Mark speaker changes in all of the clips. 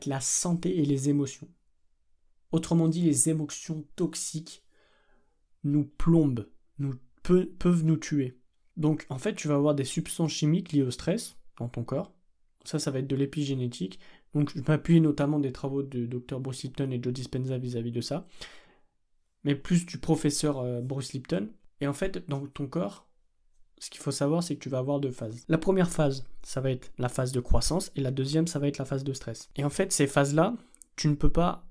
Speaker 1: la santé et les émotions. Autrement dit, les émotions toxiques nous plombent, peuvent nous tuer. Donc en fait, tu vas avoir des substances chimiques liées au stress dans ton corps. Ça va être de l'épigénétique. Donc je m'appuie notamment des travaux de Dr. Bruce Lipton et Joe Dispenza vis-à-vis de ça. Mais plus du professeur Bruce Lipton. Et en fait, dans ton corps, ce qu'il faut savoir, c'est que tu vas avoir 2 phases. La première phase, ça va être la phase de croissance, et la deuxième, ça va être la phase de stress. Et en fait, ces phases-là, tu ne peux pas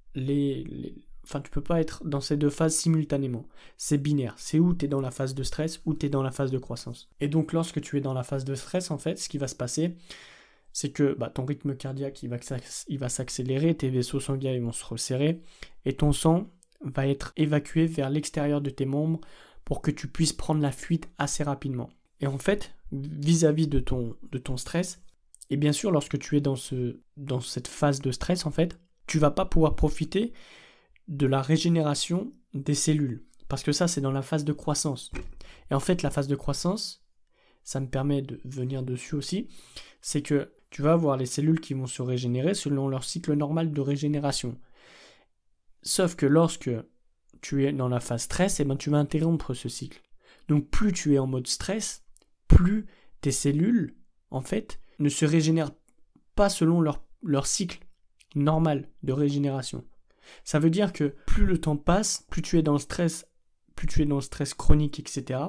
Speaker 1: tu peux pas être dans ces 2 phases simultanément. C'est binaire. C'est où tu es dans la phase de stress, ou tu es dans la phase de croissance. Et donc, lorsque tu es dans la phase de stress, en fait, ce qui va se passer, c'est que ton rythme cardiaque, il va s'accélérer, tes vaisseaux sanguins ils vont se resserrer, et ton sang va être évacué vers l'extérieur de tes membres pour que tu puisses prendre la fuite assez rapidement. Et en fait, vis-à-vis de ton stress, et bien sûr, lorsque tu es dans cette phase de stress, en fait, tu vas pas pouvoir profiter de la régénération des cellules. Parce que ça, c'est dans la phase de croissance. Et en fait, la phase de croissance, ça me permet de venir dessus aussi, c'est que tu vas avoir les cellules qui vont se régénérer selon leur cycle normal de régénération. Sauf que lorsque tu es dans la phase stress, tu vas interrompre ce cycle. Donc plus tu es en mode stress, plus tes cellules, en fait, ne se régénèrent pas selon leur cycle normal de régénération. Ça veut dire que plus le temps passe, plus tu es dans le stress chronique, etc.,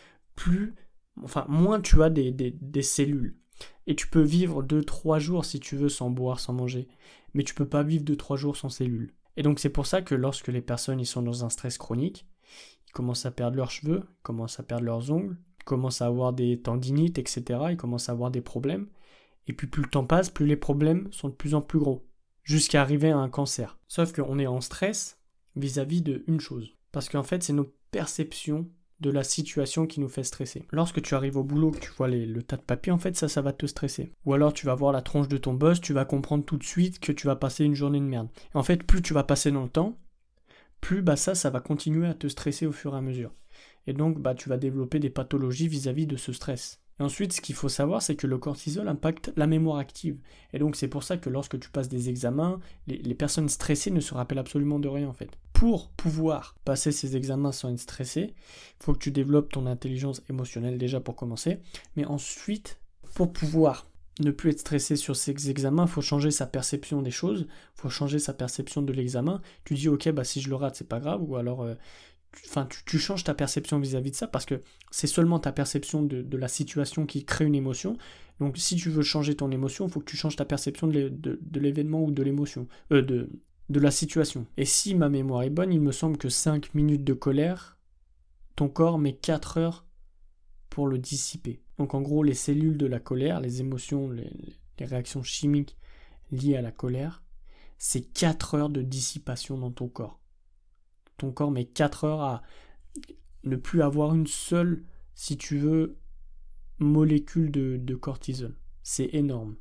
Speaker 1: moins tu as des cellules. Et tu peux vivre 2-3 jours si tu veux sans boire, sans manger. Mais tu peux pas vivre 2-3 jours sans cellules. Et donc c'est pour ça que lorsque les personnes ils sont dans un stress chronique, ils commencent à perdre leurs cheveux, ils commencent à perdre leurs ongles, ils commencent à avoir des tendinites, etc. Ils commencent à avoir des problèmes. Et puis plus le temps passe, plus les problèmes sont de plus en plus gros. Jusqu'à arriver à un cancer. Sauf qu'on est en stress vis-à-vis d'une chose. Parce qu'en fait, c'est nos perceptions de la situation qui nous fait stresser. Lorsque tu arrives au boulot, que tu vois le tas de papier, en fait, ça va te stresser. Ou alors tu vas voir la tronche de ton boss, tu vas comprendre tout de suite que tu vas passer une journée de merde. Et en fait, plus tu vas passer dans le temps, plus ça va continuer à te stresser au fur et à mesure. Et donc, tu vas développer des pathologies vis-à-vis de ce stress. Et ensuite, ce qu'il faut savoir, c'est que le cortisol impacte la mémoire active. Et donc, c'est pour ça que lorsque tu passes des examens, les personnes stressées ne se rappellent absolument de rien, en fait. Pour pouvoir passer ces examens sans être stressé, il faut que tu développes ton intelligence émotionnelle déjà pour commencer. Mais ensuite, pour pouvoir ne plus être stressé sur ces examens, il faut changer sa perception des choses, il faut changer sa perception de l'examen. Tu dis, ok, si je le rate, c'est pas grave, ou alors... tu changes ta perception vis-à-vis de ça parce que c'est seulement ta perception de la situation qui crée une émotion. Donc si tu veux changer ton émotion, il faut que tu changes ta perception de l'événement ou de l'émotion, de la situation. Et si ma mémoire est bonne, il me semble que 5 minutes de colère, ton corps met 4 heures pour le dissiper. Donc en gros, les cellules de la colère, les émotions, les réactions chimiques liées à la colère, c'est 4 heures de dissipation dans ton corps. Ton corps met 4 heures à ne plus avoir une seule, si tu veux, molécule de cortisol. C'est énorme.